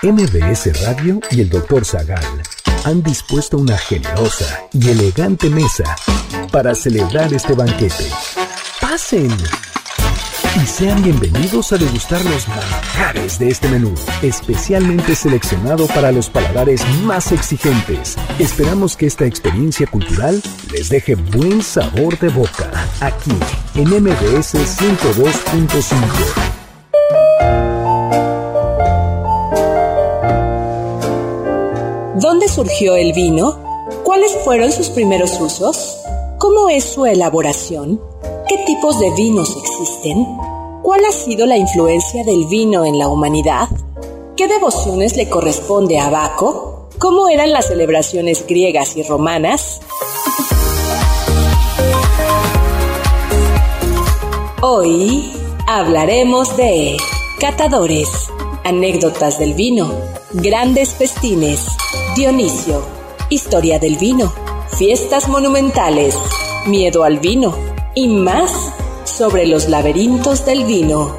MBS Radio y el Dr. Zagal han dispuesto una generosa y elegante mesa para celebrar este banquete. ¡Pasen! Y sean bienvenidos a degustar los manjares de este menú, especialmente seleccionado para los paladares más exigentes. Esperamos que esta experiencia cultural les deje buen sabor de boca, aquí en MBS 102.5. ¿Dónde surgió el vino? ¿Cuáles fueron sus primeros usos? ¿Cómo es su elaboración? ¿Qué tipos de vinos existen? ¿Cuál ha sido la influencia del vino en la humanidad? ¿Qué devociones le corresponde a Baco? ¿Cómo eran las celebraciones griegas y romanas? Hoy hablaremos de catadores, anécdotas del vino, grandes festines, Dionisio, historia del vino, fiestas monumentales, miedo al vino y más sobre los laberintos del vino.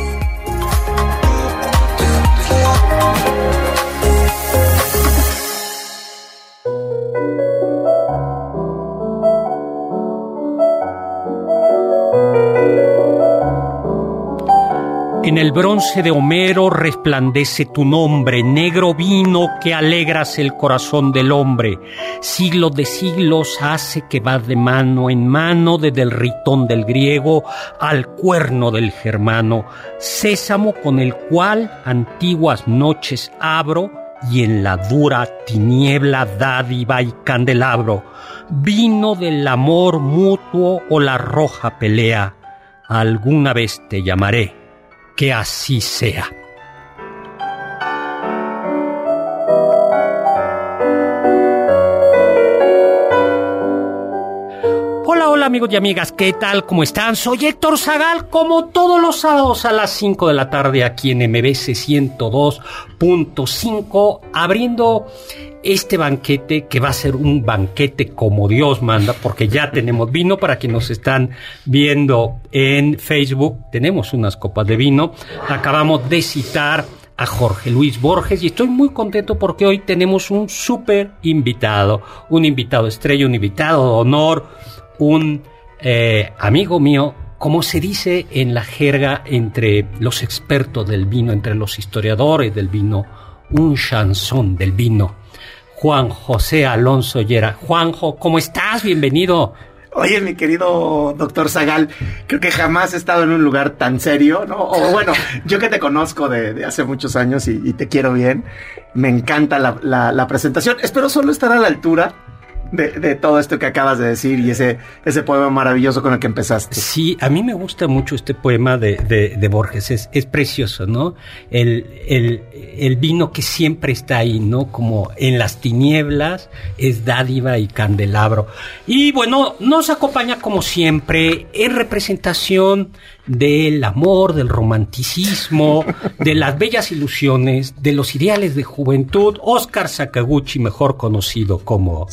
En el bronce de Homero resplandece tu nombre, negro vino que alegras el corazón del hombre. Siglos de siglos hace que vas de mano en mano, desde el ritón del griego al cuerno del germano. Sésamo con el cual antiguas noches abro, y en la dura tiniebla dádiva y candelabro. Vino del amor mutuo o la roja pelea. Alguna vez te llamaré. Que así sea. Hola amigos y amigas, ¿qué tal? ¿Cómo están? Soy Héctor Zagal, como todos los sábados a las 5 de la tarde aquí en MBS 102.5, abriendo este banquete que va a ser un banquete como Dios manda, porque ya tenemos vino. Para quienes nos están viendo en Facebook, tenemos unas copas de vino. Acabamos de citar a Jorge Luis Borges y estoy muy contento porque hoy tenemos un súper invitado, un invitado estrella, un invitado de honor, un amigo mío, como se dice en la jerga entre los expertos del vino, entre los historiadores del vino, un chanson del vino. Juan José Alonso Llera. Juanjo, ¿cómo estás? Bienvenido. Oye, mi querido doctor Zagal, creo que jamás he estado en un lugar tan serio, ¿no? O bueno, yo que te conozco de hace muchos años y te quiero bien, me encanta la presentación. Espero solo estar a la altura de todo esto que acabas de decir y ese poema maravilloso con el que empezaste. Sí, a mí me gusta mucho este poema de Borges, es precioso, ¿no? El vino que siempre está ahí, ¿no? Como en las tinieblas es dádiva y candelabro. Y bueno, nos acompaña como siempre en representación del amor, del romanticismo, de las bellas ilusiones, de los ideales de juventud, Óscar Sakaguchi, mejor conocido como...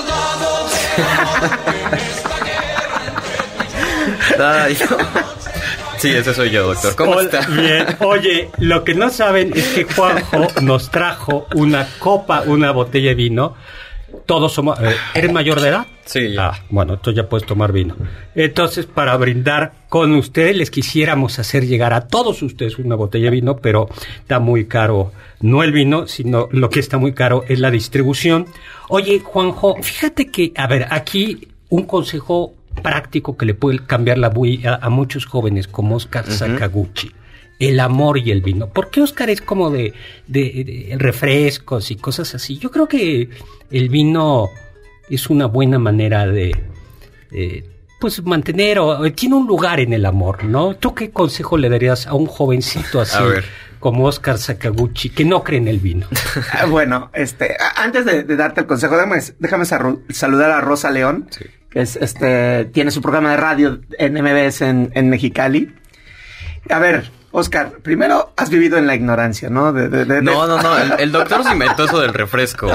Ay, no. Sí, ese soy yo, doctor. ¿Cómo está? Bien. Oye, lo que no saben es que Juanjo nos trajo una botella de vino. Todos somos... ¿Eres mayor de edad? Sí. Bueno, entonces ya puedes tomar vino. Entonces, para brindar con ustedes, les quisiéramos hacer llegar a todos ustedes una botella de vino, pero está muy caro. No el vino, sino lo que está muy caro es la distribución. Oye, Juanjo, fíjate que, a ver, aquí un consejo práctico que le puede cambiar la vida a muchos jóvenes como Óscar Sakaguchi. El amor y el vino. ¿Por qué Óscar es como de refrescos y cosas así? Yo creo que el vino es una buena manera de pues mantener o tiene un lugar en el amor, ¿no? ¿Tú qué consejo le darías a un jovencito así como Óscar Sakaguchi que no cree en el vino? Bueno, antes de darte el consejo, déjame saludar a Rosa León, sí, que es tiene su programa de radio en MBS en Mexicali. A ver, Oscar, primero has vivido en la ignorancia, ¿no? No, el doctor se inventó eso del refresco.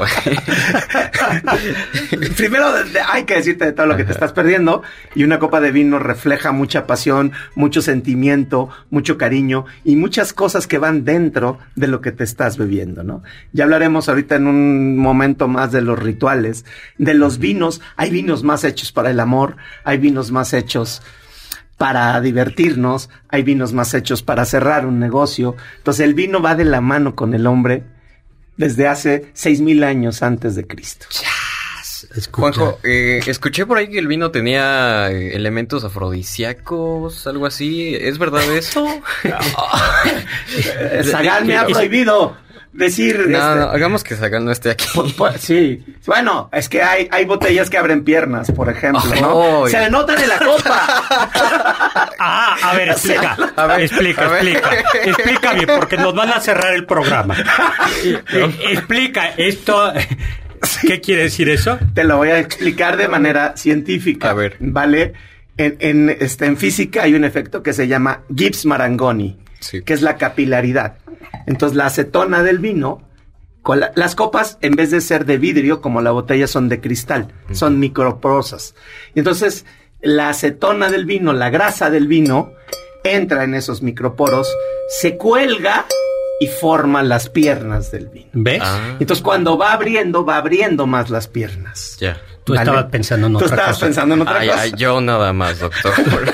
Primero hay que decirte de todo lo que te estás perdiendo, y una copa de vino refleja mucha pasión, mucho sentimiento, mucho cariño y muchas cosas que van dentro de lo que te estás bebiendo, ¿no? Ya hablaremos ahorita en un momento más de los rituales, de los vinos. Hay vinos más hechos para el amor, hay vinos más hechos para divertirnos, hay vinos más hechos para cerrar un negocio. Entonces el vino va de la mano con el hombre desde hace 6,000 años antes de Cristo. Juanjo, escuché por ahí que el vino tenía elementos afrodisíacos, algo así. ¿Es verdad eso? Sagal me ha prohibido decir... No, hagamos que Sagal no esté aquí. Sí. Bueno, es que hay botellas que abren piernas, por ejemplo, ¿no? Se le notan en la copa. A ver, explica bien, porque nos van a cerrar el programa. Explica esto... ¿Qué quiere decir eso? Te lo voy a explicar de manera científica. A ver. ¿Vale? En física hay un efecto que se llama Gibbs-Marangoni, sí, que es la capilaridad. Entonces, la acetona del vino, las copas, en vez de ser de vidrio, como la botella, son de cristal, son microporosas. Entonces, la acetona del vino, la grasa del vino, entra en esos microporos, se cuelga y forma las piernas del vino. ¿Ves? Entonces, cuando va abriendo más las piernas. Ya. Tú estabas pensando en otra cosa. Yo nada más, doctor.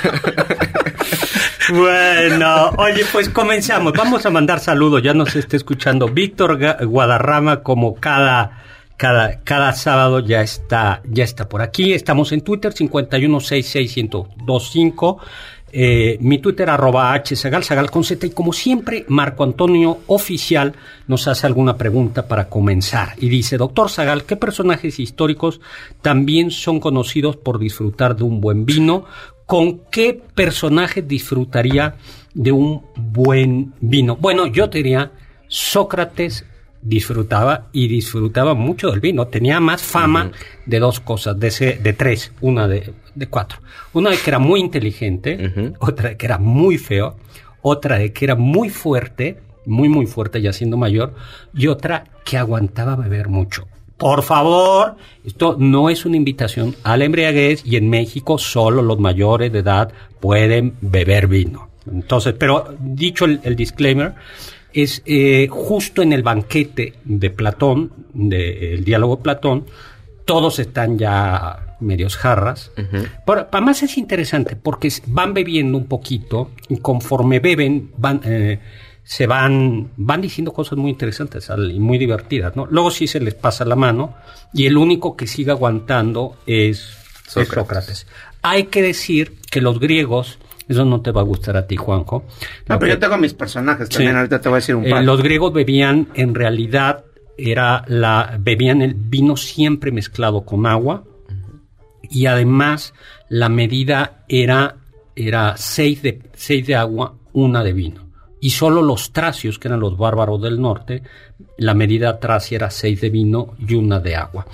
Bueno, oye, pues comenzamos. Vamos a mandar saludos. Ya nos está escuchando Víctor Guadarrama, como cada sábado ya está por aquí. Estamos en Twitter, 5166125. Mi Twitter, @hsagal con Z, y como siempre, Marco Antonio Oficial nos hace alguna pregunta para comenzar. Y dice: Doctor Sagal, ¿qué personajes históricos también son conocidos por disfrutar de un buen vino? ¿Con qué personaje disfrutaría de un buen vino? Bueno, yo te diría, Sócrates disfrutaba mucho del vino. Tenía más fama de dos cosas, de tres, una de cuatro. Una de que era muy inteligente, otra de que era muy feo, otra de que era muy fuerte, muy fuerte ya siendo mayor, y otra que aguantaba beber mucho. Por favor, esto no es una invitación a la embriaguez, y en México solo los mayores de edad pueden beber vino. Entonces, pero dicho el disclaimer, es justo en el banquete de Platón, del diálogo de Platón, todos están ya medios jarras. Pero además es interesante porque van bebiendo un poquito, y conforme beben van diciendo cosas muy interesantes y muy divertidas, ¿no? Luego sí se les pasa la mano, y el único que sigue aguantando es Sócrates. Hay que decir que los griegos, eso no te va a gustar a ti, Juanjo. No, pero yo tengo mis personajes también, sí. Ahorita te voy a decir un par. Los griegos bebían, en realidad, bebían el vino siempre mezclado con agua, y además la medida era 6 de agua, 1 de vino. Y solo los tracios, que eran los bárbaros del norte, la medida tracia era 6 de vino y 1 de agua.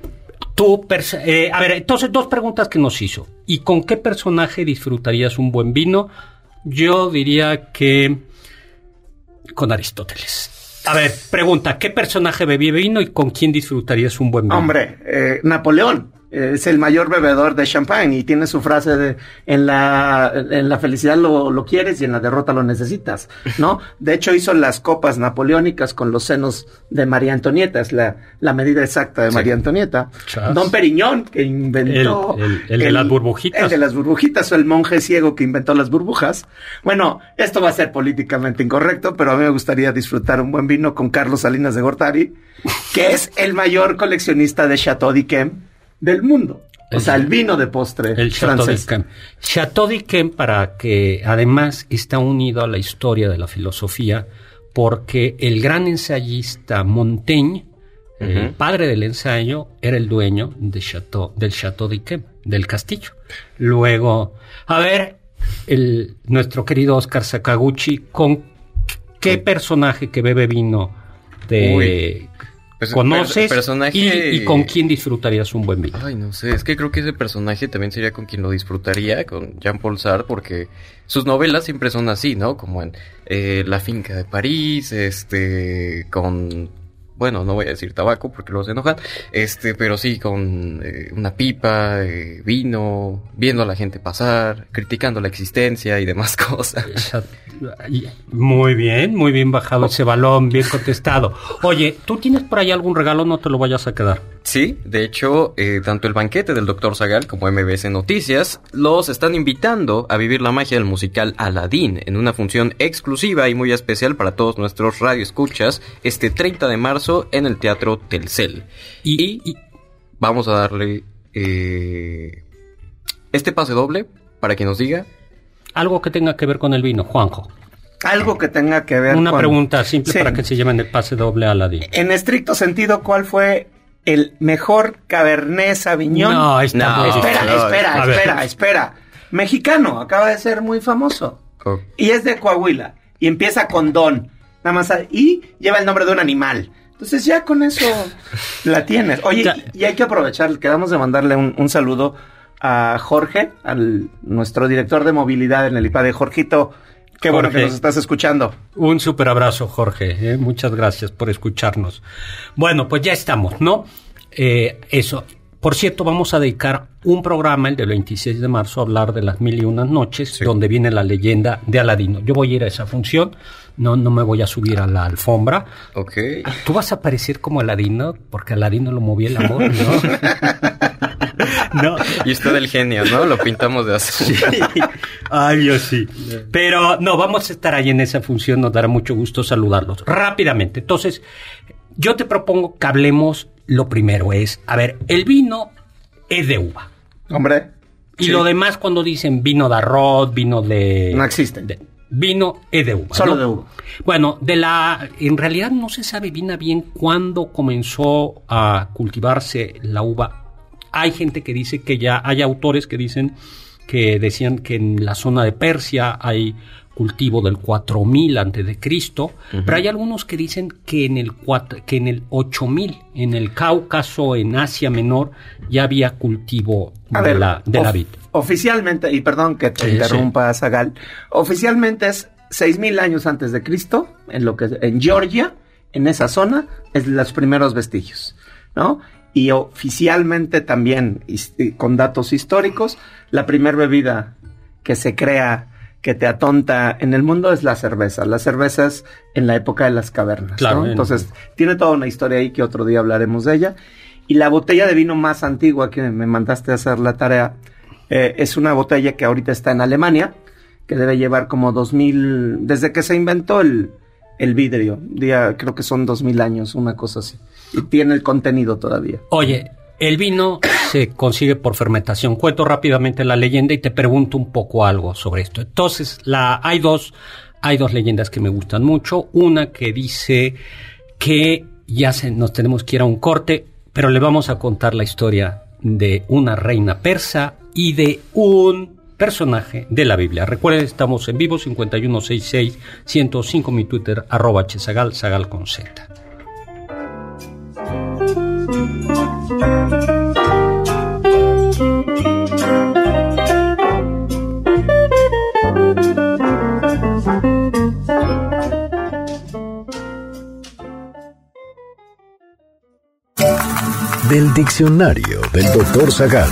A ver, entonces, dos preguntas que nos hizo. ¿Y con qué personaje disfrutarías un buen vino? Yo diría que con Aristóteles. A ver, pregunta, ¿qué personaje bebía vino y con quién disfrutarías un buen vino? Hombre, Napoleón. Es el mayor bebedor de champán y tiene su frase de en la felicidad lo quieres y en la derrota lo necesitas, ¿no? De hecho hizo las copas napoleónicas con los senos de María Antonieta, es la medida exacta de María Antonieta. Chas. Don Periñón, que inventó el de las burbujitas. El de las burbujitas, o el monje ciego que inventó las burbujas. Bueno, esto va a ser políticamente incorrecto, pero a mí me gustaría disfrutar un buen vino con Carlos Salinas de Gortari, que es el mayor coleccionista de Chateau d'Yquem del mundo. O sea, el vino de postre el francés. Chateau d'Yquem, para que además está unido a la historia de la filosofía, porque el gran ensayista Montaigne, el padre del ensayo, era el dueño del Chateau d'Yquem, del castillo. Luego, a ver, nuestro querido Oscar Sakaguchi, ¿con qué personaje que bebe vino Pues, conoces personaje... y con quién disfrutarías un buen vino. Ay, no sé, es que creo que ese personaje también sería con quien lo disfrutaría, con Jean-Paul Sartre, porque sus novelas siempre son así, ¿no? Como en La finca de París, con... Bueno, no voy a decir tabaco porque luego se enojan, pero sí con una pipa, vino, viendo a la gente pasar, criticando la existencia y demás cosas. Muy bien bajado ese balón, bien contestado. Oye, ¿tú tienes por ahí algún regalo? No te lo vayas a quedar. Sí, de hecho, tanto el banquete del Dr. Zagal como MBS Noticias los están invitando a vivir la magia del musical Aladdin en una función exclusiva y muy especial para todos nuestros radioescuchas este 30 de marzo en el Teatro Telcel. Y vamos a darle este pase doble para que nos diga algo que tenga que ver con el vino, Juanjo. Algo que tenga que ver Una pregunta simple para que se lleven el pase doble a Aladdin. En estricto sentido, ¿cuál fue el mejor Cabernet Sauvignon? No, espera. Mexicano, acaba de ser muy famoso. Oh. Y es de Coahuila. Y empieza con Don. Nada más. Y lleva el nombre de un animal. Entonces ya con eso la tienes. Oye, y hay que aprovechar. Quedamos de mandarle un saludo a Jorge, nuestro director de movilidad en el IPADE. Jorgito, qué bueno que nos estás escuchando. Un súper abrazo, Jorge. Muchas gracias por escucharnos. Bueno, pues ya estamos, ¿no? Eso. Por cierto, vamos a dedicar un programa, el del 26 de marzo, a hablar de las 1001 noches, donde viene la leyenda de Aladino. Yo voy a ir a esa función, no me voy a subir a la alfombra. Ok. Tú vas a parecer como Aladino, porque Aladino lo movía el amor, ¿no? No. Y usted el genio, ¿no? Lo pintamos de azul. Sí. Ay, yo sí. Pero no, vamos a estar ahí en esa función, nos dará mucho gusto saludarlos. Rápidamente, entonces, yo te propongo que hablemos. Lo primero es, a ver, el vino es de uva. Hombre. Y sí. Lo demás cuando dicen vino de arroz, vino de... No existe. Vino es de uva. Solo ¿no? de uva. Bueno, en realidad no se sabe bien cuándo comenzó a cultivarse la uva. Hay gente que dice que ya, hay autores que decían que en la zona de Persia hay cultivo del 4000 antes de Cristo, pero hay algunos que dicen que en el 8000 en el Cáucaso, en Asia Menor, ya había cultivo de la vid. Oficialmente, y perdón que te interrumpa, Zagal, oficialmente es 6000 años antes de Cristo, en Georgia, en esa zona, es los primeros vestigios, ¿no? Y oficialmente también, con datos históricos, la primera bebida que se crea, que te atonta en el mundo, es la cerveza. La cerveza es en la época de las cavernas, claro, ¿no? Entonces, tiene toda una historia ahí que otro día hablaremos de ella. Y la botella de vino más antigua que me mandaste a hacer la tarea, es una botella que ahorita está en Alemania, que debe llevar como 2000, desde que se inventó el vidrio. Creo que son 2000 años, una cosa así. Y tiene el contenido todavía. Oye, el vino se consigue por fermentación. Cuento rápidamente la leyenda y te pregunto un poco algo sobre esto. Entonces, hay dos leyendas que me gustan mucho. Una que dice que nos tenemos que ir a un corte, pero le vamos a contar la historia de una reina persa y de un personaje de la Biblia. Recuerden, estamos en vivo, 5166-105, mi Twitter, @hzagal, Zagal con Z. Del diccionario del Dr. Zagal.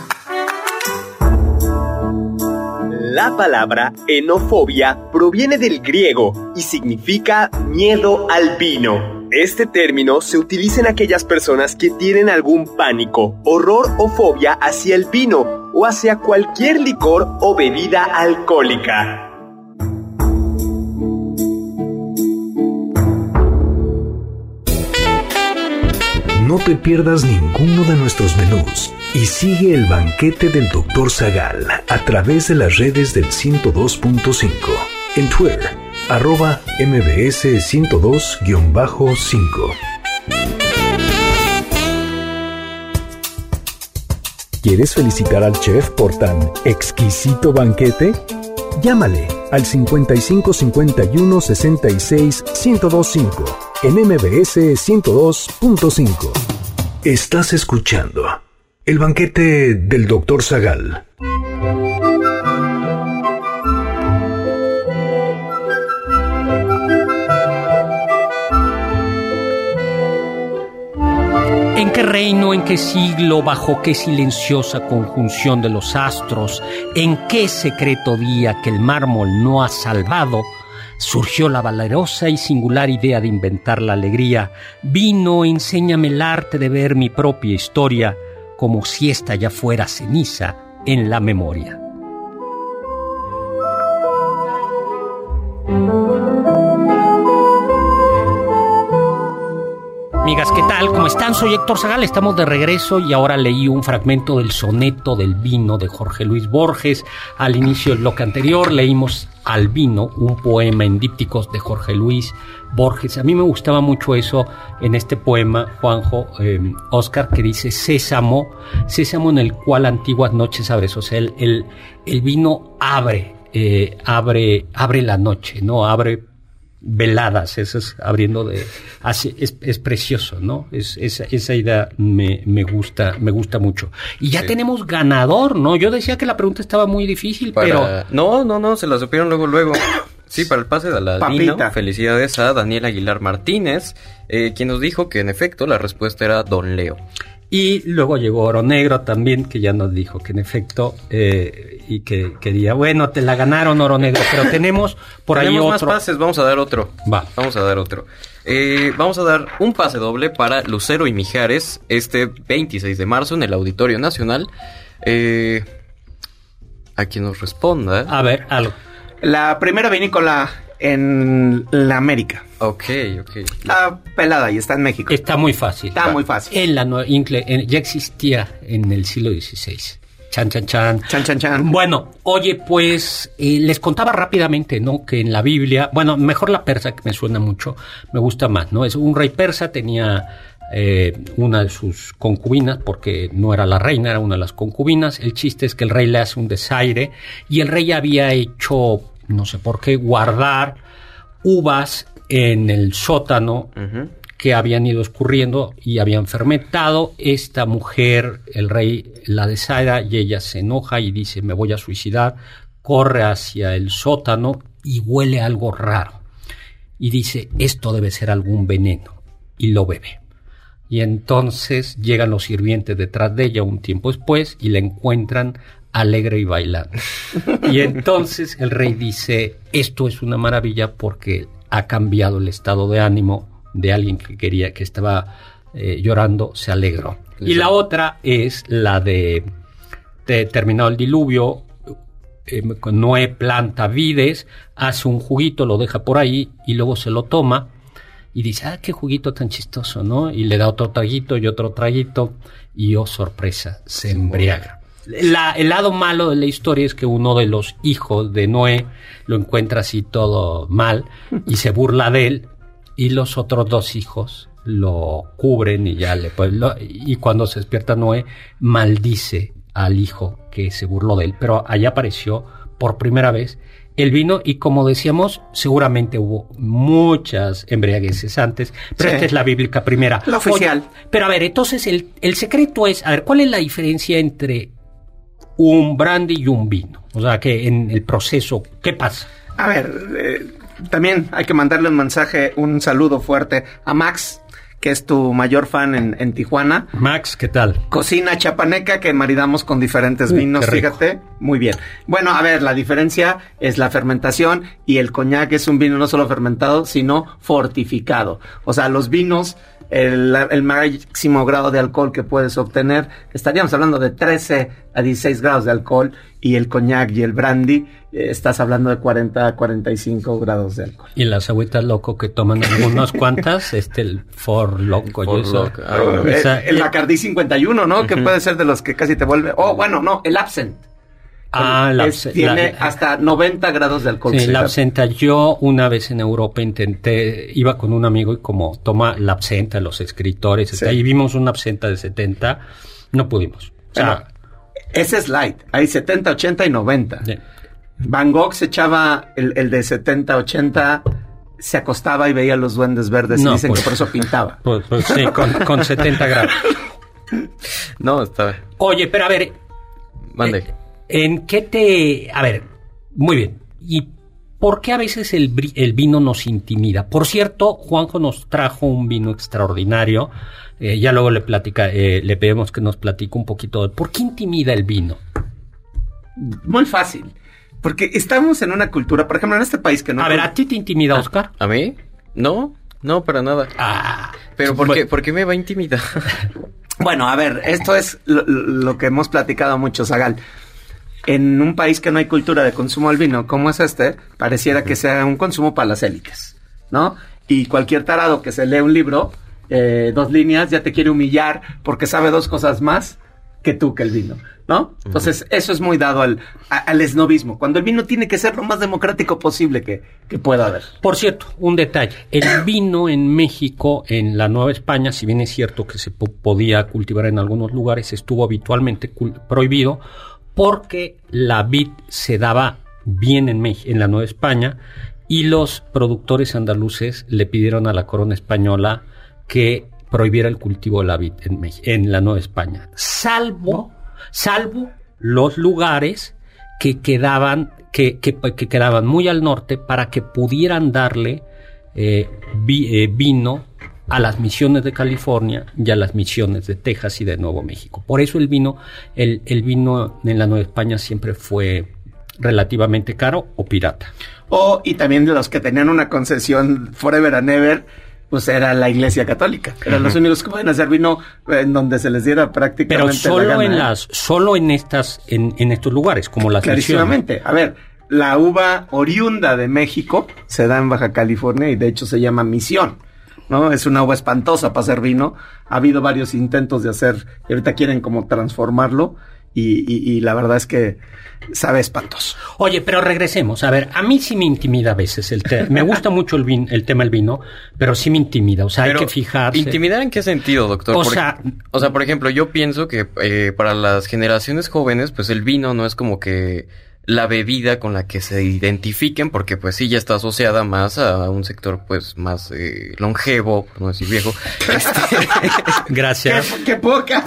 La palabra enofobia proviene del griego y significa miedo al vino. Este término se utiliza en aquellas personas que tienen algún pánico, horror o fobia hacia el vino o hacia cualquier licor o bebida alcohólica. No te pierdas ninguno de nuestros menús y sigue el banquete del Dr. Zagal a través de las redes del 102.5, en Twitter, @mbs102-5. ¿Quieres felicitar al chef por tan exquisito banquete? Llámale al 55 51 66 1025 en MBS 102.5. Estás escuchando El Banquete del Dr. Zagal. ¿En qué reino, en qué siglo, bajo qué silenciosa conjunción de los astros, en qué secreto día que el mármol no ha salvado, surgió la valerosa y singular idea de inventar la alegría? Vino, enséñame el arte de ver mi propia historia, como si ésta ya fuera ceniza en la memoria. Amigas, ¿qué tal? ¿Cómo están? Soy Héctor Zagal, estamos de regreso y ahora leí un fragmento del soneto del vino de Jorge Luis Borges. Al inicio del bloque anterior leímos Al vino, un poema en dípticos de Jorge Luis Borges. A mí me gustaba mucho eso en este poema, Juanjo, Oscar, que dice sésamo en el cual antiguas noches abres. O sea, el vino abre la noche, ¿no? Abre veladas, eso es abriendo es precioso, ¿no? Esa idea me gusta mucho. Y ya tenemos ganador, ¿no? Yo decía que la pregunta estaba muy difícil, pero... No, se la supieron luego. Sí, para el pase de la vino, felicidades a Daniel Aguilar Martínez, quien nos dijo que en efecto la respuesta era Don Leo. Y luego llegó Oro Negro también, que ya nos dijo que en efecto, y que quería, bueno, te la ganaron Oro Negro, pero tenemos ahí otro. Más pases, vamos a dar otro. Vamos a dar un pase doble para Lucero y Mijares este 26 de marzo en el Auditorio Nacional. A quien nos responda. A ver, algo. La primera vinícola en la América. Ok. Está pelada y está en México. Está muy fácil. Muy fácil. Ya existía en el siglo XVI. Chan. Bueno, oye, pues les contaba rápidamente, ¿no? Que en la Biblia, bueno, mejor la persa, que me suena mucho, me gusta más, ¿no? Es un rey persa, tenía una de sus concubinas, porque no era la reina, era una de las concubinas. El chiste es que el rey le hace un desaire y el rey había hecho, no sé por qué, guardar uvas en el sótano que habían ido escurriendo y habían fermentado. Esta mujer, el rey, la desaira y ella se enoja y dice, me voy a suicidar, corre hacia el sótano y huele algo raro. Y dice, esto debe ser algún veneno, y lo bebe. Y entonces llegan los sirvientes detrás de ella un tiempo después y la encuentran alegre y bailando. Y entonces el rey dice, esto es una maravilla porque ha cambiado el estado de ánimo de alguien que estaba llorando, se alegró. Y la otra es la de terminado el diluvio, Noé planta vides, hace un juguito, lo deja por ahí y luego se lo toma y dice, qué juguito tan chistoso, ¿no? Y le da otro traguito y otro traguito y, oh sorpresa, se embriaga. El lado malo de la historia es que uno de los hijos de Noé lo encuentra así todo mal y se burla de él, y los otros dos hijos lo cubren y y cuando se despierta Noé maldice al hijo que se burló de él. Pero allá apareció por primera vez el vino y, como decíamos, seguramente hubo muchas embriagueces antes, pero esta es la bíblica primera. La oficial. Oye, pero a ver, entonces el secreto es, a ver, ¿cuál es la diferencia entre un brandy y un vino? O sea, que en el proceso, ¿qué pasa? A ver, también hay que mandarle un saludo fuerte a Max, que es tu mayor fan en Tijuana. Max, ¿qué tal? Cocina chapaneca que maridamos con diferentes vinos, fíjate. Muy bien. Bueno, a ver, la diferencia es la fermentación, y el coñac es un vino no solo fermentado, sino fortificado. O sea, los vinos, el máximo grado de alcohol que puedes obtener, estaríamos hablando de 13 a 16 grados de alcohol, y el coñac y el brandy, estás hablando de 40 a 45 grados de alcohol. Y las agüitas loco que toman algunas cuantas, el For Loco. El Bacardí 51, ¿no? Que puede ser de los que casi te vuelve... el Absent. Tiene hasta 90 grados de alcohol. Sí, la absenta. Yo una vez en Europa iba con un amigo y como toma la absenta, los escritores, sí, y vimos una absenta de 70, no pudimos. Ese es light, hay 70, 80 y 90. Sí. Van Gogh se echaba el de 70, 80 se acostaba y veía los duendes verdes y dicen que por eso pintaba. Pues sí, con 70 grados. No, está... Oye, pero a ver... Mande. ¿En qué te...? A ver, muy bien. ¿Y por qué a veces el vino nos intimida? Por cierto, Juanjo nos trajo un vino extraordinario. Ya luego le pedimos que nos platique un poquito de por qué intimida el vino. Muy fácil. Porque estamos en una cultura, por ejemplo, en este país que no... A ver, ¿a ti te intimida, Oscar? ¿A mí? No, para nada. Pero ¿por qué me va a intimidar? Bueno, a ver, esto es lo que hemos platicado mucho, Zagal. En un país que no hay cultura de consumo del vino, como es pareciera que sea un consumo para las élites, ¿no? Y cualquier tarado que se lee un libro, 2 líneas, ya te quiere humillar porque sabe 2 cosas más que tú, que el vino, ¿no? Entonces, eso es muy dado al esnobismo, cuando el vino tiene que ser lo más democrático posible que pueda haber. Por cierto, un detalle. El vino en México, en la Nueva España, si bien es cierto que se podía cultivar en algunos lugares, estuvo habitualmente prohibido porque la vid se daba bien en la Nueva España y los productores andaluces le pidieron a la corona española que prohibiera el cultivo de la vid en la Nueva España, salvo los lugares que quedaban muy al norte para que pudieran darle vino a las misiones de California y a las misiones de Texas y de Nuevo México. Por eso el vino en la Nueva España siempre fue relativamente caro o pirata. Y también de los que tenían una concesión forever and ever, pues era la Iglesia Católica. Eran los únicos que pueden hacer vino en donde se les diera prácticamente pero solo la gana. Solo en estos lugares, como las clarísimamente. misiones. A ver, la uva oriunda de México se da en Baja California y de hecho se llama Misión, ¿no? Es una uva espantosa para hacer vino. Ha habido varios intentos de hacer, y ahorita quieren como transformarlo, y la verdad es que sabe espantoso. Oye, pero regresemos. A ver, a mí sí me intimida a veces el tema. Me gusta mucho el tema del vino, pero sí me intimida. O sea, pero hay que fijarse. ¿Intimidar en qué sentido, doctor? O sea, por ejemplo, yo pienso que para las generaciones jóvenes, pues el vino no es como que la bebida con la que se identifiquen, porque pues sí ya está asociada más a un sector pues más longevo, por no decir viejo. Gracias. ¡Qué poca!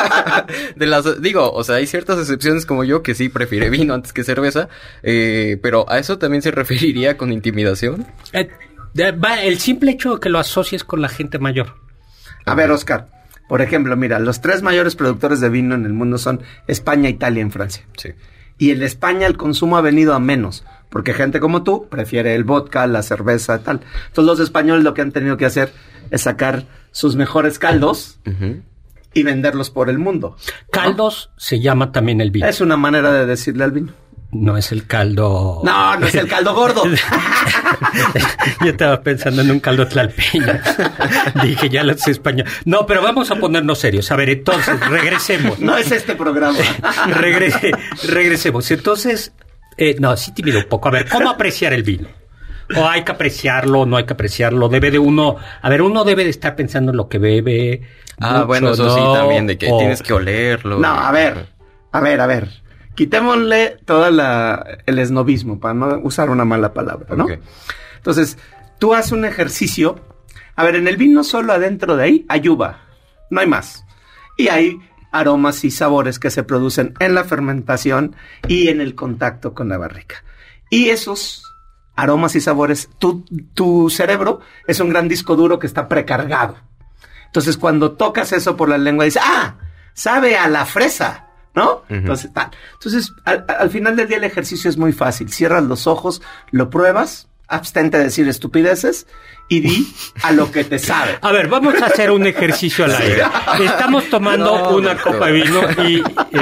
O sea, hay ciertas excepciones como yo que sí prefiere vino antes que cerveza, pero ¿a eso también se referiría con intimidación? El simple hecho de que lo asocies con la gente mayor. A ver, Oscar, por ejemplo, mira, los 3 mayores productores de vino en el mundo son España, Italia y Francia. Sí. Y en España el consumo ha venido a menos, porque gente como tú prefiere el vodka, la cerveza, tal. Entonces los españoles lo que han tenido que hacer es sacar sus mejores caldos y venderlos por el mundo, ¿no? Caldos se llama también el vino. Es una manera de decirle al vino. No es el caldo... No es el caldo gordo. Yo estaba pensando en un caldo tlalpeño. Dije, ya los españoles... No, pero vamos a ponernos serios. A ver, entonces, regresemos. No es este programa. Regresemos. Entonces, sí te mido un poco. A ver, ¿cómo apreciar el vino? ¿O hay que apreciarlo, no hay que apreciarlo? Debe de uno... A ver, uno debe de estar pensando en lo que bebe. Mucho, bueno, eso sí, también, de que tienes que olerlo. No, a ver. Quitémosle todo el esnobismo, para no usar una mala palabra, ¿no? Okay. Entonces, tú haces un ejercicio. A ver, en el vino solo adentro de ahí hay uva, no hay más. Y hay aromas y sabores que se producen en la fermentación y en el contacto con la barrica. Y esos aromas y sabores, tu cerebro es un gran disco duro que está precargado. Entonces, cuando tocas eso por la lengua, dices, sabe a la fresa, ¿no? Entonces, al final del día el ejercicio es muy fácil. Cierras los ojos, lo pruebas, abstente de decir estupideces y di a lo que te sabe. A ver, vamos a hacer un ejercicio al aire. Estamos tomando una copa de vino y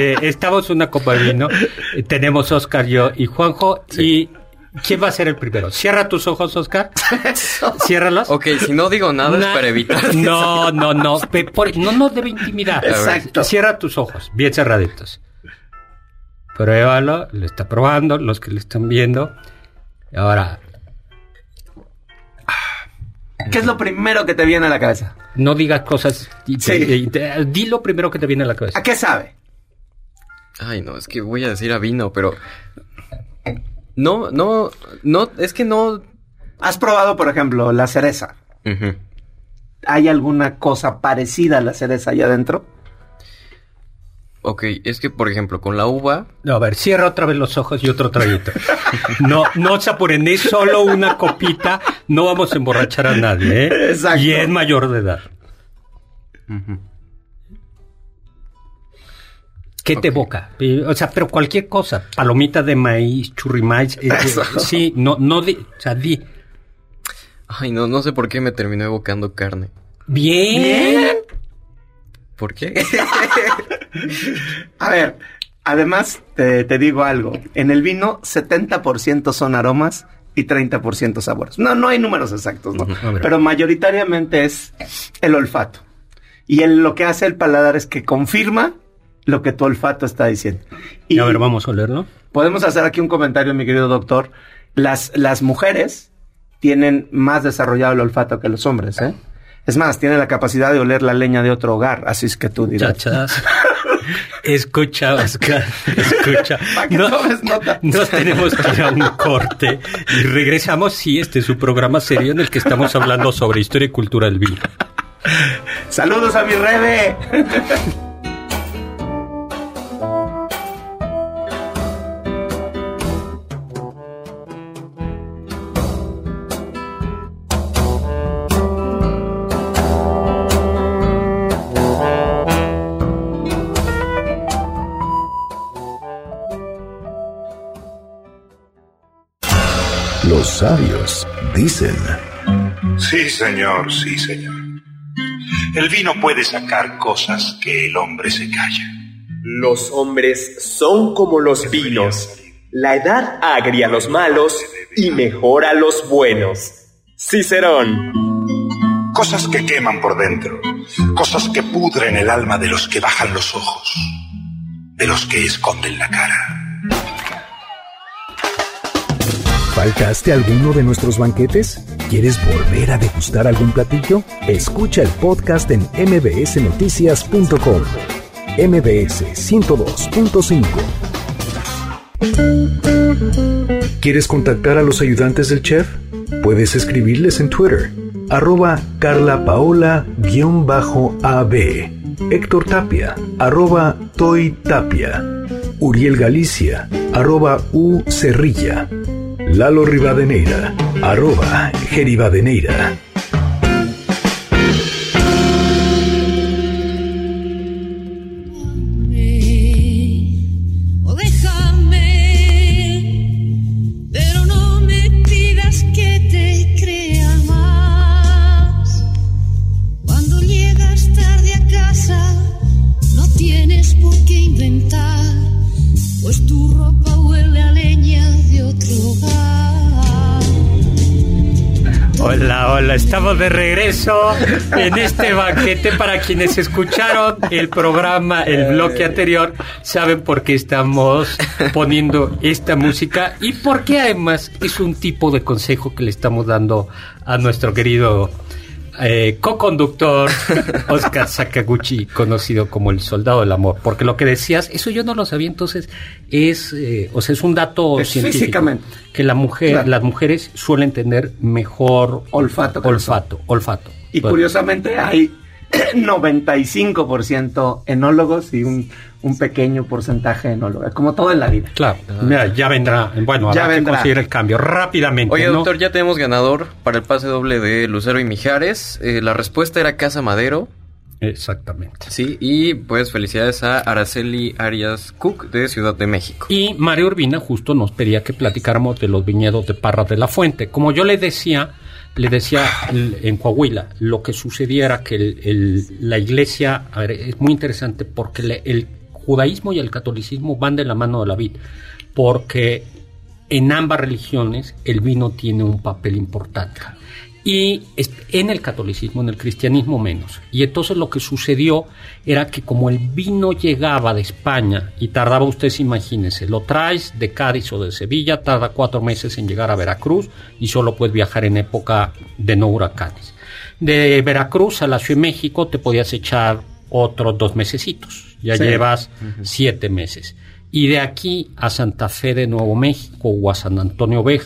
tenemos Oscar, yo y Juanjo, y ¿quién va a ser el primero? Cierra tus ojos, Oscar. Ciérralos. Ok, si no digo nada es para evitar. No. No debe intimidar. Exacto. Cierra tus ojos, bien cerraditos. Pruébalo, lo está probando, los que lo están viendo. Ahora, ¿qué es lo primero que te viene a la cabeza? No digas cosas. Di lo primero que te viene a la cabeza. ¿A qué sabe? Ay, no, es que voy a decir a vino, pero... No, es que no ¿Has probado, por ejemplo, la cereza? Ujú. ¿Hay alguna cosa parecida a la cereza allá adentro? Ok, es que, por ejemplo, con la uva... No, a ver, cierra otra vez los ojos y otro traguito. No se apuren, es solo una copita, no vamos a emborrachar a nadie, ¿eh? Exacto. Y es mayor de edad. Ujú. ¿Qué te Ok. evoca? O sea, pero cualquier cosa, palomita de maíz, churrimais, sí, o sea, di. Ay, no sé por qué me terminó evocando carne. Bien. ¿Por qué? A ver, además te digo algo. En el vino, 70% son aromas y 30% sabores. No hay números exactos, ¿no? A ver. Pero mayoritariamente es el olfato. Y lo que hace el paladar es que confirma lo que tu olfato está diciendo. Y A ver, vamos a olerlo. podemos hacer aquí un comentario, mi querido doctor. Las mujeres tienen más desarrollado el olfato que los hombres, ¿eh? Es más, tienen la capacidad de oler la leña de otro hogar. Así es que tú dirás. Chachas. Escucha, Oscar, escucha. Para que tomes nota. Nos tenemos que ir a un corte y regresamos. Sí, este es su programa serio en el que estamos hablando sobre historia y cultura del vino. ¡Saludos a mi Rebe! Los sabios dicen: Sí, señor, sí, señor. El vino puede sacar cosas que el hombre se calla. Los hombres son como los vinos. La edad agria a los malos y mejora a los buenos. Cicerón. Cosas que queman por dentro. Cosas que pudren el alma de los que bajan los ojos. De los que esconden la cara. ¿Faltaste a alguno de nuestros banquetes? ¿Quieres volver a degustar algún platillo? Escucha el podcast en mbsnoticias.com. MBS 102.5. ¿Quieres contactar a los ayudantes del chef? Puedes escribirles en Twitter, @CarlaPaola_AB, Héctor Tapia, @ToyTapia, Uriel Galicia, @UCerrilla, Lalo Rivadeneira, @Geribadeneira. O déjame, pero no me pidas que te crea más. Cuando llegas tarde a casa, no tienes por qué inventar, pues tu ropa huele a leña de otro hogar. Hola, estamos de regreso en este banquete. Para quienes escucharon el programa, el bloque anterior, saben por qué estamos poniendo esta música y por qué además es un tipo de consejo que le estamos dando a nuestro querido co-conductor Oscar Sakaguchi, conocido como el soldado del amor, porque lo que decías, eso yo no lo sabía, entonces es un dato Es científico, físicamente. que la mujer, Claro. las mujeres suelen tener mejor Olfato que olfato. Y Bueno, curiosamente hay 95% enólogos y un pequeño porcentaje enólogos, como todo en la vida. claro, mira, ya vendrá, bueno, Ya habrá que vendrá. conseguir el cambio rápidamente. Oye, ¿no? doctor, ya tenemos ganador para el pase doble de Lucero y Mijares. La respuesta era Casa Madero. Exactamente. Sí, y pues felicidades a Araceli Arias Cook de Ciudad de México. Y María Urbina justo nos pedía que platicáramos de los viñedos de Parras de la Fuente. Como yo le decía en Coahuila, lo que sucedía era que la iglesia, a ver, es muy interesante porque el judaísmo y el catolicismo van de la mano de la vid, porque en ambas religiones el vino tiene un papel importante. Y en el catolicismo, en el cristianismo menos. Y entonces lo que sucedió era que como el vino llegaba de España y tardaba, ustedes imagínense, lo traes de Cádiz o de Sevilla, tarda 4 meses en llegar a Veracruz y solo puedes viajar en época de no huracanes. De Veracruz a la Ciudad de México te podías echar otros 2 mesecitos. Ya Sí. llevas 7 meses. Y de aquí a Santa Fe de Nuevo México o a San Antonio Béjar,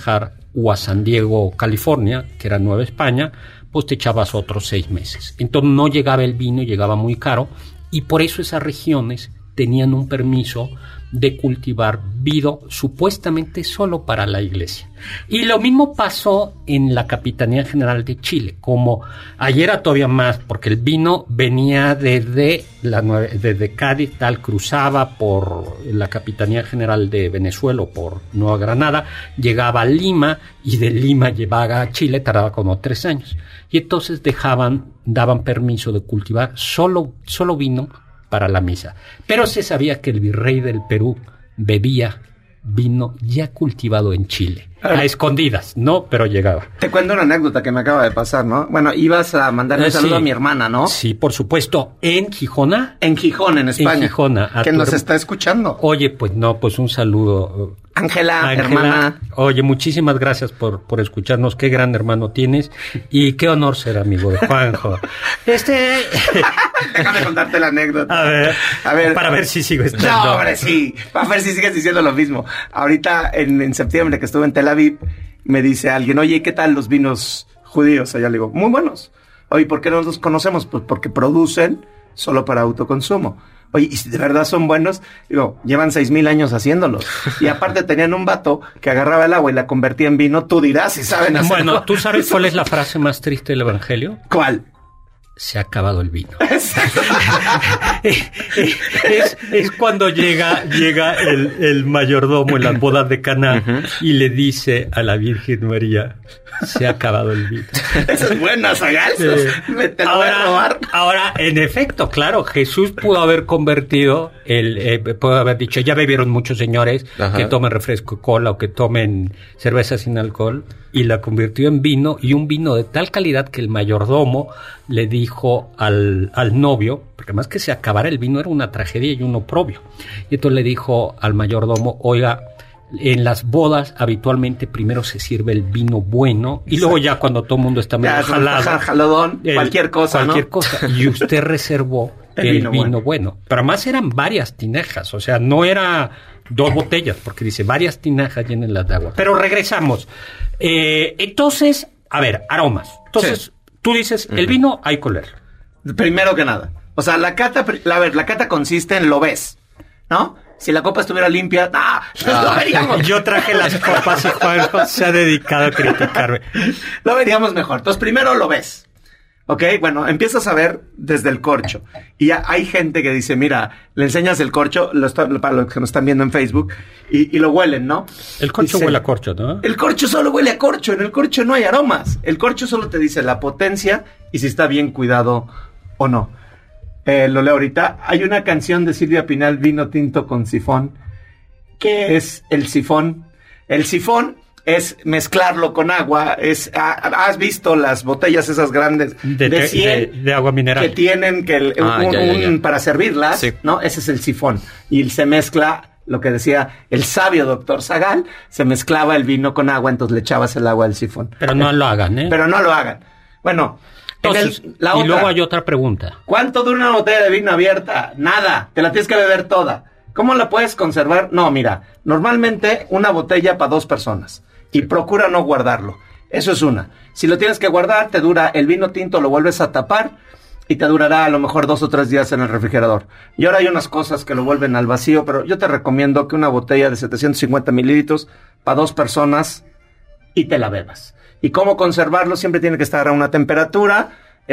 o a San Diego, California, que era Nueva España, pues te echabas otros 6 meses. Entonces no llegaba el vino, llegaba muy caro, y por eso esas regiones tenían un permiso de cultivar vino supuestamente solo para la iglesia. Y lo mismo pasó en la Capitanía General de Chile, como ayer era todavía más, porque el vino venía desde Cádiz, tal, cruzaba por la Capitanía General de Venezuela, por Nueva Granada, llegaba a Lima, y de Lima llevaba a Chile, tardaba como 3 años. Y entonces daban permiso de cultivar solo vino para la misa. Pero se sabía que el virrey del Perú bebía vino ya cultivado en Chile. A escondidas, ¿no? Pero llegaba. Te cuento una anécdota que me acaba de pasar, ¿no? Bueno, ibas a mandarle un saludo a mi hermana, ¿no? Sí, por supuesto. ¿En Gijona? En Gijón, en España. En Gijona. Que nos está escuchando. Oye, pues no, pues un saludo. Ángela, hermana. Oye, muchísimas gracias por escucharnos. Qué gran hermano tienes. Y qué honor ser amigo de Juanjo. Déjame contarte la anécdota. A ver. Para ver si sigo estando. No, hombre, sí. Para ver si sigues diciendo lo mismo. Ahorita, en septiembre, que estuve en Tel Aviv, me dice alguien, oye, ¿qué tal los vinos judíos? Allá le digo, muy buenos. Oye, ¿por qué no los conocemos? Pues porque producen solo para autoconsumo. Oye, ¿y si de verdad son buenos? Digo, llevan 6,000 años haciéndolos. Y aparte tenían un vato que agarraba el agua y la convertía en vino. Tú dirás si saben hacerlo. Bueno, ¿tú sabes cuál es la frase más triste del Evangelio? ¿Cuál? Se ha acabado el vino. es cuando llega el mayordomo en las bodas de Caná y le dice a la Virgen María, se ha acabado el vino. Esa es buena, Zagal. Te lo voy a robar. Ahora, en efecto, claro, Jesús pudo haber convertido, pudo haber dicho, ya bebieron muchos señores, que tomen refresco y cola o que tomen cerveza sin alcohol, y la convirtió en vino, y un vino de tal calidad que el mayordomo le dijo al novio, porque más que se acabara el vino era una tragedia y un oprobio, y entonces le dijo al mayordomo, oiga, en las bodas habitualmente primero se sirve el vino bueno y luego ya cuando todo el mundo está medio jaladón, cualquier cosa, y usted reservó el vino bueno. Pero además eran varias tinajas, o sea, no era 2 botellas, porque dice varias tinajas llénenlas de agua. Pero regresamos. Entonces, a ver, aromas. Entonces, tú dices, el vino hay que oler. Primero que nada. O sea, la cata consiste en lo ves, ¿no? Si la copa estuviera limpia, lo veríamos. Yo traje las copas y Juanjo se ha dedicado a criticarme. Lo veríamos mejor. Entonces, primero lo ves. ¿Ok? Bueno, empiezas a ver desde el corcho. Y hay gente que dice, mira, le enseñas el corcho, para los que nos están viendo en Facebook, y lo huelen, ¿no? El corcho huele a corcho, ¿no? El corcho solo huele a corcho. En el corcho no hay aromas. El corcho solo te dice la potencia y si está bien cuidado o no. Lo leo ahorita. Hay una canción de Silvia Pinal, Vino tinto con sifón. ¿Qué es el sifón? El sifón es mezclarlo con agua. ¿Has visto las botellas esas grandes de 100 de agua mineral que tienen para servirlas? Sí. ¿No? Ese es el sifón. Y se mezcla, lo que decía el sabio doctor Zagal, se mezclaba el vino con agua, entonces le echabas el agua al sifón. Pero no lo hagan, ¿eh? Pero no lo hagan. Bueno... Entonces, y luego hay otra pregunta. ¿Cuánto dura una botella de vino abierta? Nada, te la tienes que beber toda. ¿Cómo la puedes conservar? No, mira, normalmente una botella para 2 personas. Y procura no guardarlo. Eso es una. Si lo tienes que guardar, te dura el vino tinto, lo vuelves a tapar y te durará a lo mejor 2 o 3 días en el refrigerador. Y ahora hay unas cosas que lo vuelven al vacío, pero yo te recomiendo que una botella de 750 mililitros para 2 personas y te la bebas. ¿Y cómo conservarlo? Siempre tiene que estar a una temperatura,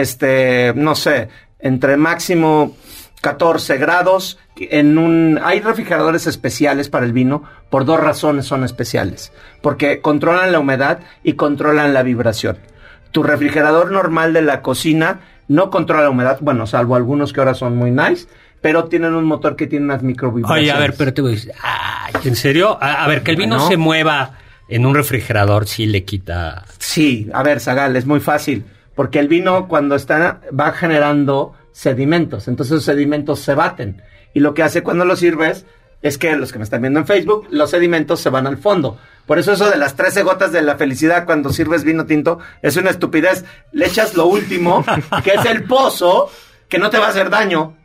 no sé, entre máximo 14 grados. Hay refrigeradores especiales para el vino, por 2 razones son especiales. Porque controlan la humedad y controlan la vibración. Tu refrigerador normal de la cocina no controla la humedad, bueno, salvo algunos que ahora son muy nice, pero tienen un motor que tiene unas microvibraciones. Oye, a ver, pero te voy a decir, ¿en serio? A ver, que el vino se mueva en un refrigerador sí le quita... Sí, a ver, Zagal, es muy fácil, porque el vino cuando va generando sedimentos, entonces los sedimentos se baten, y lo que hace cuando lo sirves es que los que me están viendo en Facebook, los sedimentos se van al fondo. Por eso de las 13 gotas de la felicidad cuando sirves vino tinto es una estupidez. Le echas lo último, que es el pozo, que no te va a hacer daño,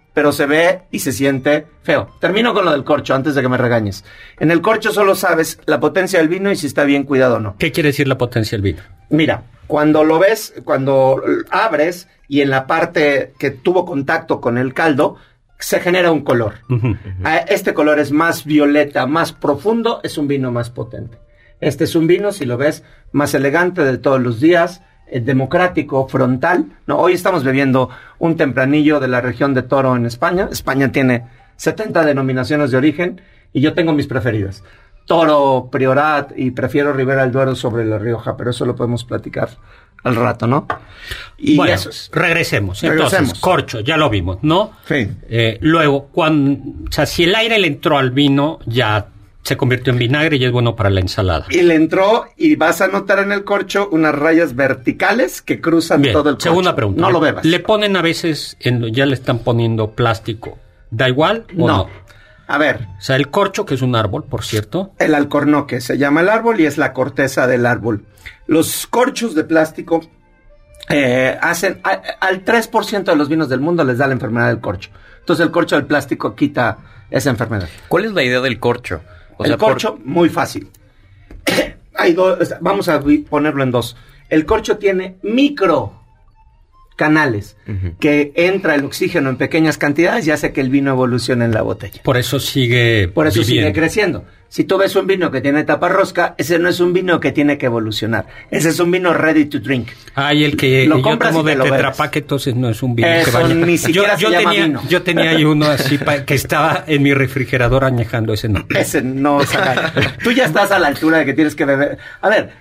pero se ve y se siente feo. Termino con lo del corcho antes de que me regañes. En el corcho solo sabes la potencia del vino y si está bien cuidado o no. ¿Qué quiere decir la potencia del vino? Mira, cuando lo ves, cuando abres y en la parte que tuvo contacto con el caldo, se genera un color. Este color es más violeta, más profundo, es un vino más potente. Este es un vino, si lo ves, más elegante de todos los días, democrático, frontal, ¿no? Hoy estamos bebiendo un tempranillo de la región de Toro en España. España tiene 70 denominaciones de origen y yo tengo mis preferidas. Toro, Priorat y prefiero Ribera del Duero sobre La Rioja, pero eso lo podemos platicar al rato, ¿no? Y bueno, eso es. regresemos. Entonces, corcho, ya lo vimos, ¿no? Sí. Luego, o sea, si el aire le entró al vino, ya se convirtió en vinagre y es bueno para la ensalada. Y le entró y vas a notar en el corcho unas rayas verticales que cruzan Bien, todo el corcho. Segunda pregunta. No lo bebas. Le ponen a veces, ya le están poniendo plástico. ¿Da igual o no? A ver. O sea, el corcho, que es un árbol, por cierto. El alcornoque se llama el árbol y es la corteza del árbol. Los corchos de plástico hacen... Al 3% de los vinos del mundo les da la enfermedad del corcho. Entonces el corcho del plástico quita esa enfermedad. ¿Cuál es la idea del corcho? El corcho, muy fácil. Hay dos, vamos a ponerlo en dos. El corcho tiene micro canales que entra el oxígeno en pequeñas cantidades y hace que el vino evolucione en la botella. Por eso sigue sigue creciendo. Si tú ves un vino que tiene taparrosca, ese no es un vino que tiene que evolucionar. Ese es un vino ready to drink. Y el que lo yo tomo de Tetra Pak, entonces no es un vino que vaya. Ni siquiera se llama vino. Yo tenía ahí uno así que estaba en mi refrigerador añejando, ese no. Ese no, Sagai. Tú ya estás a la altura de que tienes que beber. A ver,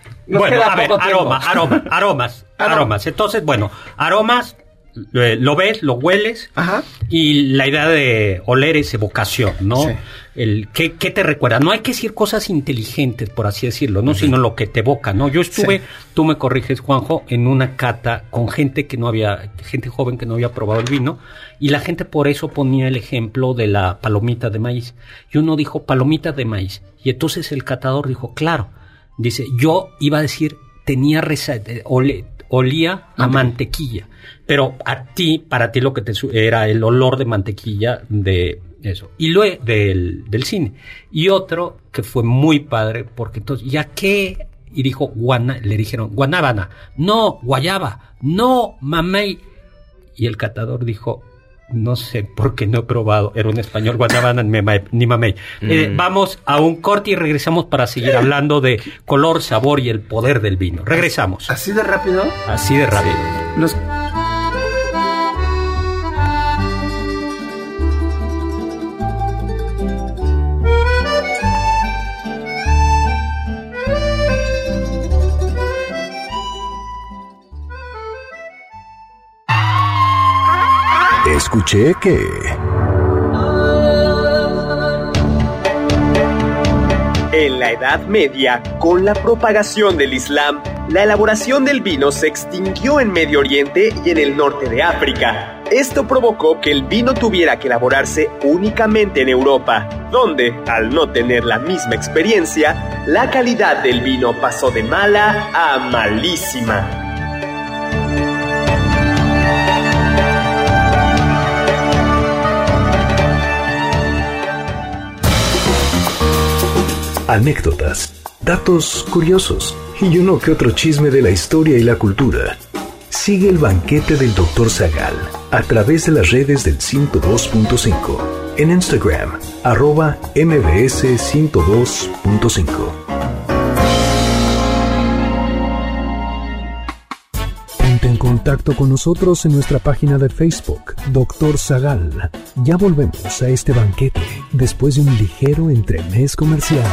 aromas. Entonces, bueno, aromas, lo ves, lo hueles. Ajá. Y la idea de oler es evocación, ¿no? Sí. ¿Qué te recuerda? No hay que decir cosas inteligentes, por así decirlo, ¿no? Sino lo que te evoca, ¿no? Yo estuve, tú me corriges, Juanjo, en una cata con gente joven que no había probado el vino, y la gente por eso ponía el ejemplo de la palomita de maíz. Y uno dijo, palomita de maíz. Y entonces el catador dijo, claro. Dice, yo iba a decir, olía a mantequilla. Pero para ti lo que era el olor de mantequilla de eso. Y luego del cine. Y otro que fue muy padre, porque entonces, ¿ya qué? Y dijo, le dijeron, guanábana. No, guayaba. No, mamey. Y el catador dijo, no sé por qué no he probado. Era un español, guanábana ni mamey. Vamos a un corte y regresamos para seguir hablando de color, sabor y el poder del vino. Regresamos. ¿Así de rápido? Así de rápido. Escuché que... En la Edad Media, con la propagación del Islam, la elaboración del vino se extinguió en Medio Oriente y en el norte de África. Esto provocó que el vino tuviera que elaborarse únicamente en Europa, donde, al no tener la misma experiencia, la calidad del vino pasó de mala a malísima. Anécdotas, datos curiosos y uno que otro chisme de la historia y la cultura. Sigue el banquete del Dr. Zagal a través de las redes del 102.5. En Instagram, @mbs 102.5. Ponte en contacto con nosotros en nuestra página de Facebook, Dr. Zagal. Ya volvemos a este banquete después de un ligero entremés comercial.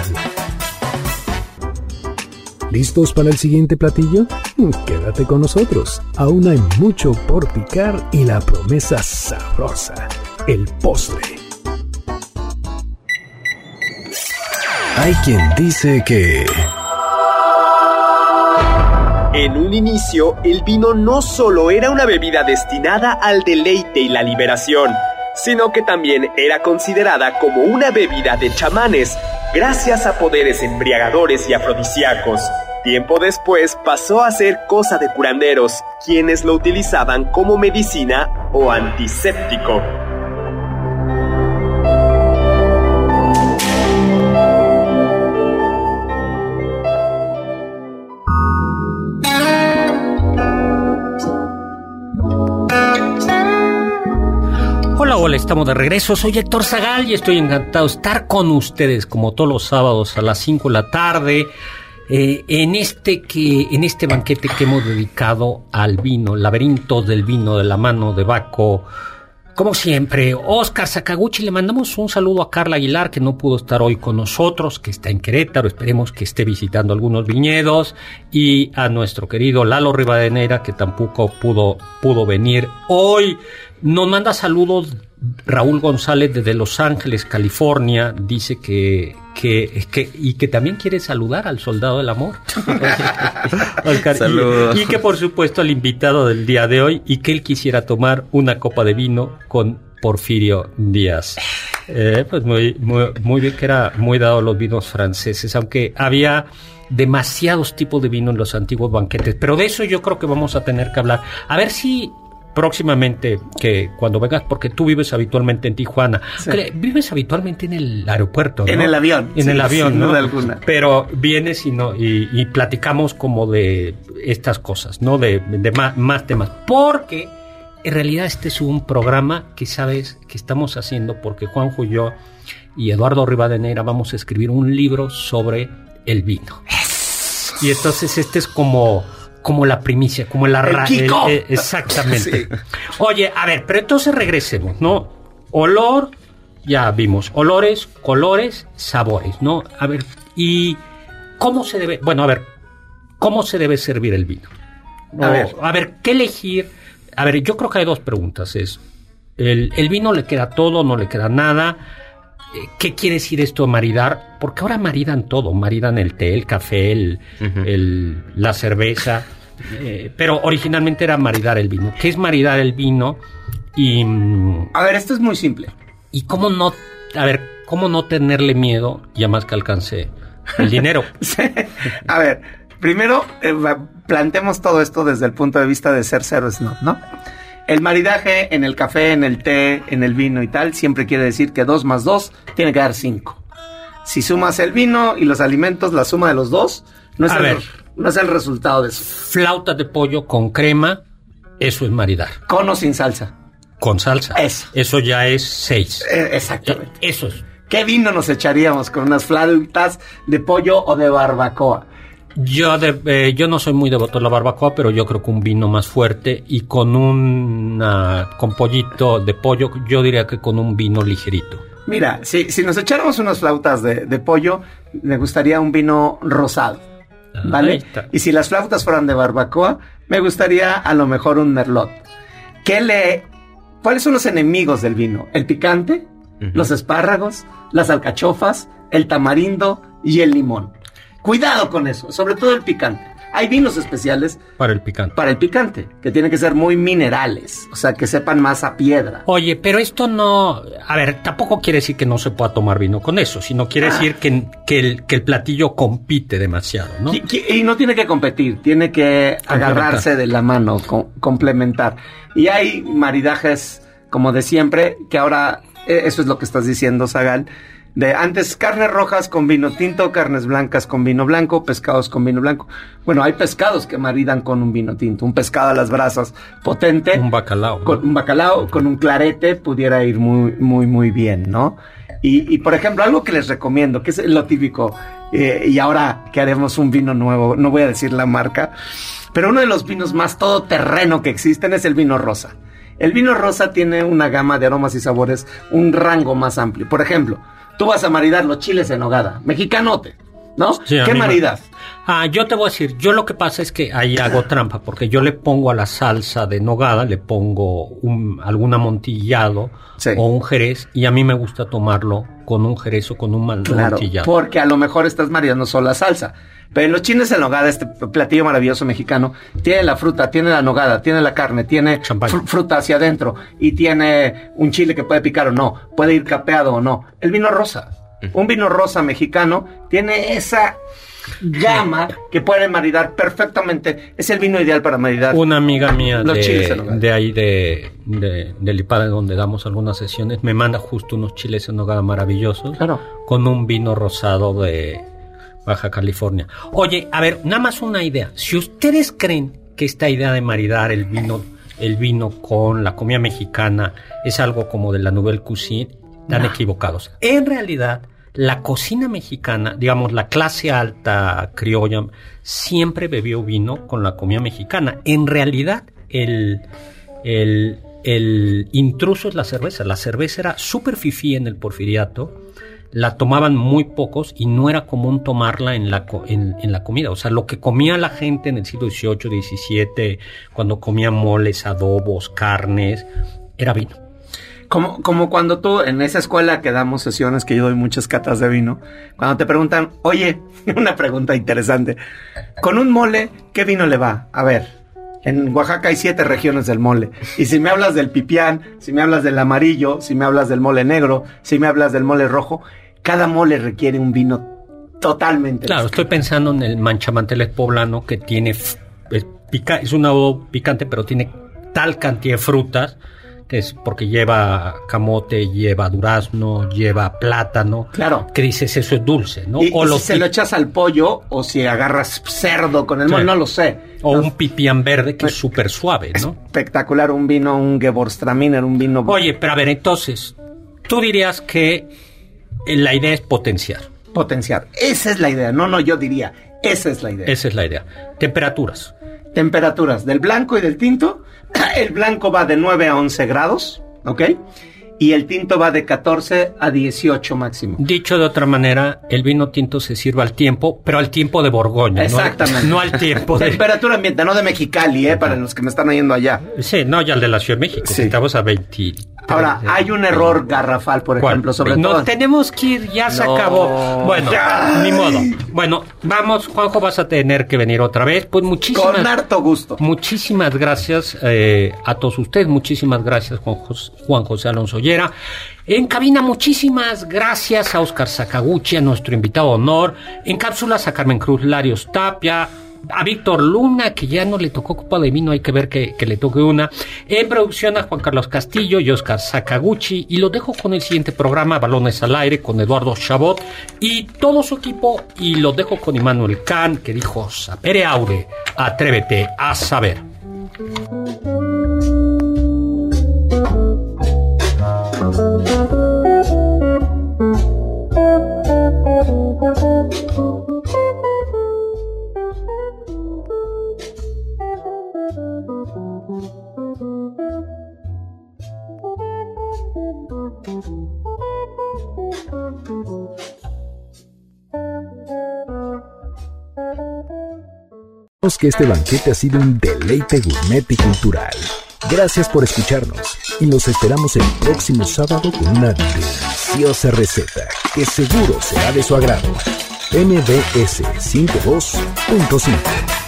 ¿Listos para el siguiente platillo? Quédate con nosotros. Aún hay mucho por picar y la promesa sabrosa, el postre. Hay quien dice que... En un inicio, el vino no solo era una bebida destinada al deleite y la liberación, sino que también era considerada como una bebida de chamanes, gracias a poderes embriagadores y afrodisíacos. Tiempo después pasó a ser cosa de curanderos, quienes lo utilizaban como medicina o antiséptico. Hola, hola, estamos de regreso. Soy Héctor Zagal y estoy encantado de estar con ustedes como todos los sábados a las 5 de la tarde en este banquete que hemos dedicado al vino, Laberintos del Vino de la mano de Baco. Como siempre, Oscar Sakaguchi, le mandamos un saludo a Carla Aguilar, que no pudo estar hoy con nosotros, que está en Querétaro, esperemos que esté visitando algunos viñedos, y a nuestro querido Lalo Rivadeneira, que tampoco pudo venir hoy. Nos manda saludos Raúl González desde Los Ángeles, California, dice que también quiere saludar al soldado del amor. Oscar, saludos. Y que por supuesto al invitado del día de hoy, y que él quisiera tomar una copa de vino con Porfirio Díaz. Pues muy bien, que era muy dado a los vinos franceses, aunque había demasiados tipos de vino en los antiguos banquetes, pero de eso yo creo que vamos a tener que hablar. A ver si próximamente, que cuando vengas, porque tú vives habitualmente en Tijuana, sí. Vives habitualmente en el aeropuerto, ¿no? En el avión. En el avión, sin ¿no? duda alguna. Pero vienes y platicamos como de estas cosas, ¿no? De más temas. Porque en realidad este es un programa que sabes que estamos haciendo porque Juanjo y yo y Eduardo Rivadeneira vamos a escribir un libro sobre el vino. Y entonces este es como la primicia, como el Kiko. Exactamente. Sí. Oye, a ver, pero entonces regresemos, ¿no? Olor, ya vimos. Olores, colores, sabores, ¿no? A ver, ¿y cómo se debe? Bueno, a ver, ¿cómo se debe servir el vino? A ver, ¿qué elegir? A ver, yo creo que hay dos preguntas. Es, ¿el vino le queda todo, no le queda nada? ¿Qué quiere decir esto de maridar? Porque ahora maridan todo, maridan el té, el café, la cerveza, pero originalmente era maridar el vino. ¿Qué es maridar el vino? Y a ver, esto es muy simple. ¿Y cómo no tenerle miedo, ya más que alcance el dinero? Sí. A ver, primero planteemos todo esto desde el punto de vista de ser cero snob, ¿no? El maridaje en el café, en el té, en el vino y tal, siempre quiere decir que 2 más 2 tiene que dar 5. Si sumas el vino y los alimentos, la suma de los dos no es el resultado de eso. Flauta de pollo con crema, eso es maridar. Con o sin salsa. Con salsa. Eso ya es 6. Exactamente. Eso es. ¿Qué vino nos echaríamos con unas flautas de pollo o de barbacoa? Yo no soy muy devoto de la barbacoa, pero yo creo que un vino más fuerte y con pollito de pollo, yo diría que con un vino ligerito. Mira, si nos echáramos unas flautas de pollo, me gustaría un vino rosado, ¿vale? Y si las flautas fueran de barbacoa, me gustaría a lo mejor un merlot. ¿Cuáles son los enemigos del vino? El picante, los espárragos, las alcachofas, el tamarindo y el limón. Cuidado con eso, sobre todo el picante. Hay vinos especiales para el picante, que tienen que ser muy minerales, o sea, que sepan más a piedra. Oye, pero esto no, a ver, tampoco quiere decir que no se pueda tomar vino con eso, sino quiere decir que el platillo compite demasiado, ¿no? Y no tiene que competir, tiene que agarrarse de la mano, complementar. Y hay maridajes, como de siempre, que ahora, eso es lo que estás diciendo, Zagal. De antes, carnes rojas con vino tinto, carnes blancas con vino blanco, pescados con vino blanco. Bueno, hay pescados que maridan con un vino tinto. Un pescado a las brasas potente. Un bacalao. Un bacalao con un clarete pudiera ir muy, muy, muy bien, ¿no? Y por ejemplo, algo que les recomiendo, que es lo típico, y ahora que haremos un vino nuevo, no voy a decir la marca, pero uno de los vinos más todoterreno que existen es el vino rosa. El vino rosa tiene una gama de aromas y sabores, un rango más amplio. Por ejemplo, tú vas a maridar los chiles en nogada, mexicanote, ¿no? Sí, ¿qué maridas? Yo te voy a decir, yo lo que pasa es que ahí hago trampa, porque yo le pongo a la salsa de nogada, le pongo algún amontillado o un jerez, y a mí me gusta tomarlo con un jerez o con un amontillado. Porque a lo mejor estás maridando solo la salsa. Pero en los chiles en nogada, este platillo maravilloso mexicano, tiene la fruta, tiene la nogada, tiene la carne, tiene fruta hacia adentro, y tiene un chile que puede picar o no, puede ir capeado o no. El vino rosa, un vino rosa mexicano, tiene esa gama que puede maridar perfectamente. Es el vino ideal para maridar. Una amiga mía de ahí de Lipara, donde damos algunas sesiones, me manda justo unos chiles en nogada maravillosos, con un vino rosado de Baja California. Oye, a ver, nada más una idea. Si ustedes creen que esta idea de maridar el vino el vino con la comida mexicana es algo como de la nouvelle cuisine, están equivocados. En realidad, la cocina mexicana, digamos, la clase alta criolla, siempre bebió vino con la comida mexicana. En realidad, el intruso es la cerveza. La cerveza era súper fifí en el porfiriato, la tomaban muy pocos y no era común tomarla en la comida. O sea, lo que comía la gente en el siglo XVIII, XVII, cuando comían moles, adobos, carnes, era vino. Como cuando tú, en esa escuela que damos sesiones, que yo doy muchas catas de vino, cuando te preguntan, oye, una pregunta interesante, con un mole, ¿qué vino le va? A ver, en Oaxaca hay 7 regiones del mole. Y si me hablas del pipián, si me hablas del amarillo, si me hablas del mole negro, si me hablas del mole rojo, cada mole requiere un vino totalmente Claro, distinto. estoy pensando en el manchamanteles poblano, que tiene es un adobo picante, pero tiene tal cantidad de frutas, que es porque lleva camote, lleva durazno, lleva plátano. Claro. Que dices, eso es dulce, ¿no? Y O si se lo echas al pollo, o si agarras cerdo con el mole, no lo sé. O No, un pipián verde que es súper suave, ¿no? espectacular, un vino, un Gewürztraminer, un vino... Oye, pero a ver, entonces, tú dirías que la idea es potenciar. Potenciar. Esa es la idea. No, yo diría, esa es la idea. Esa es la idea. Temperaturas. Temperaturas del blanco y del tinto. El blanco va de 9 a 11 grados, ¿ok? Y el tinto va de 14 a 18 máximo. Dicho de otra manera, el vino tinto se sirve al tiempo, pero al tiempo de Borgoña. Exactamente. No al tiempo de... Temperatura ambiente, no de Mexicali, para los que me están oyendo allá. Sí, no, ya el de la Ciudad de México. Sí. Estamos a 20... Ahora, hay un error garrafal, por ejemplo, sobre no, todo... tenemos que ir, ya se acabó. Bueno, ni modo. Bueno, vamos, Juanjo, vas a tener que venir otra vez. Pues muchísimas... Con harto gusto. Muchísimas gracias a todos ustedes. Muchísimas gracias, Juan José Alonso Llera. En cabina, muchísimas gracias a Óscar Sakaguchi, a nuestro invitado de honor. En cápsulas, a Carmen Cruz Larios Tapia, a Víctor Luna, que ya no le tocó copa de vino, hay que ver que le toque una. En producción, a Juan Carlos Castillo y Óscar Sakaguchi. Y los dejo con el siguiente programa, Balones al Aire, con Eduardo Chabot y todo su equipo. Y los dejo con Immanuel Kant, que dijo: sapere aude, atrévete a saber. Que este banquete ha sido un deleite gourmet y cultural. Gracias por escucharnos y nos esperamos el próximo sábado con una deliciosa receta que seguro será de su agrado. MBS 52.5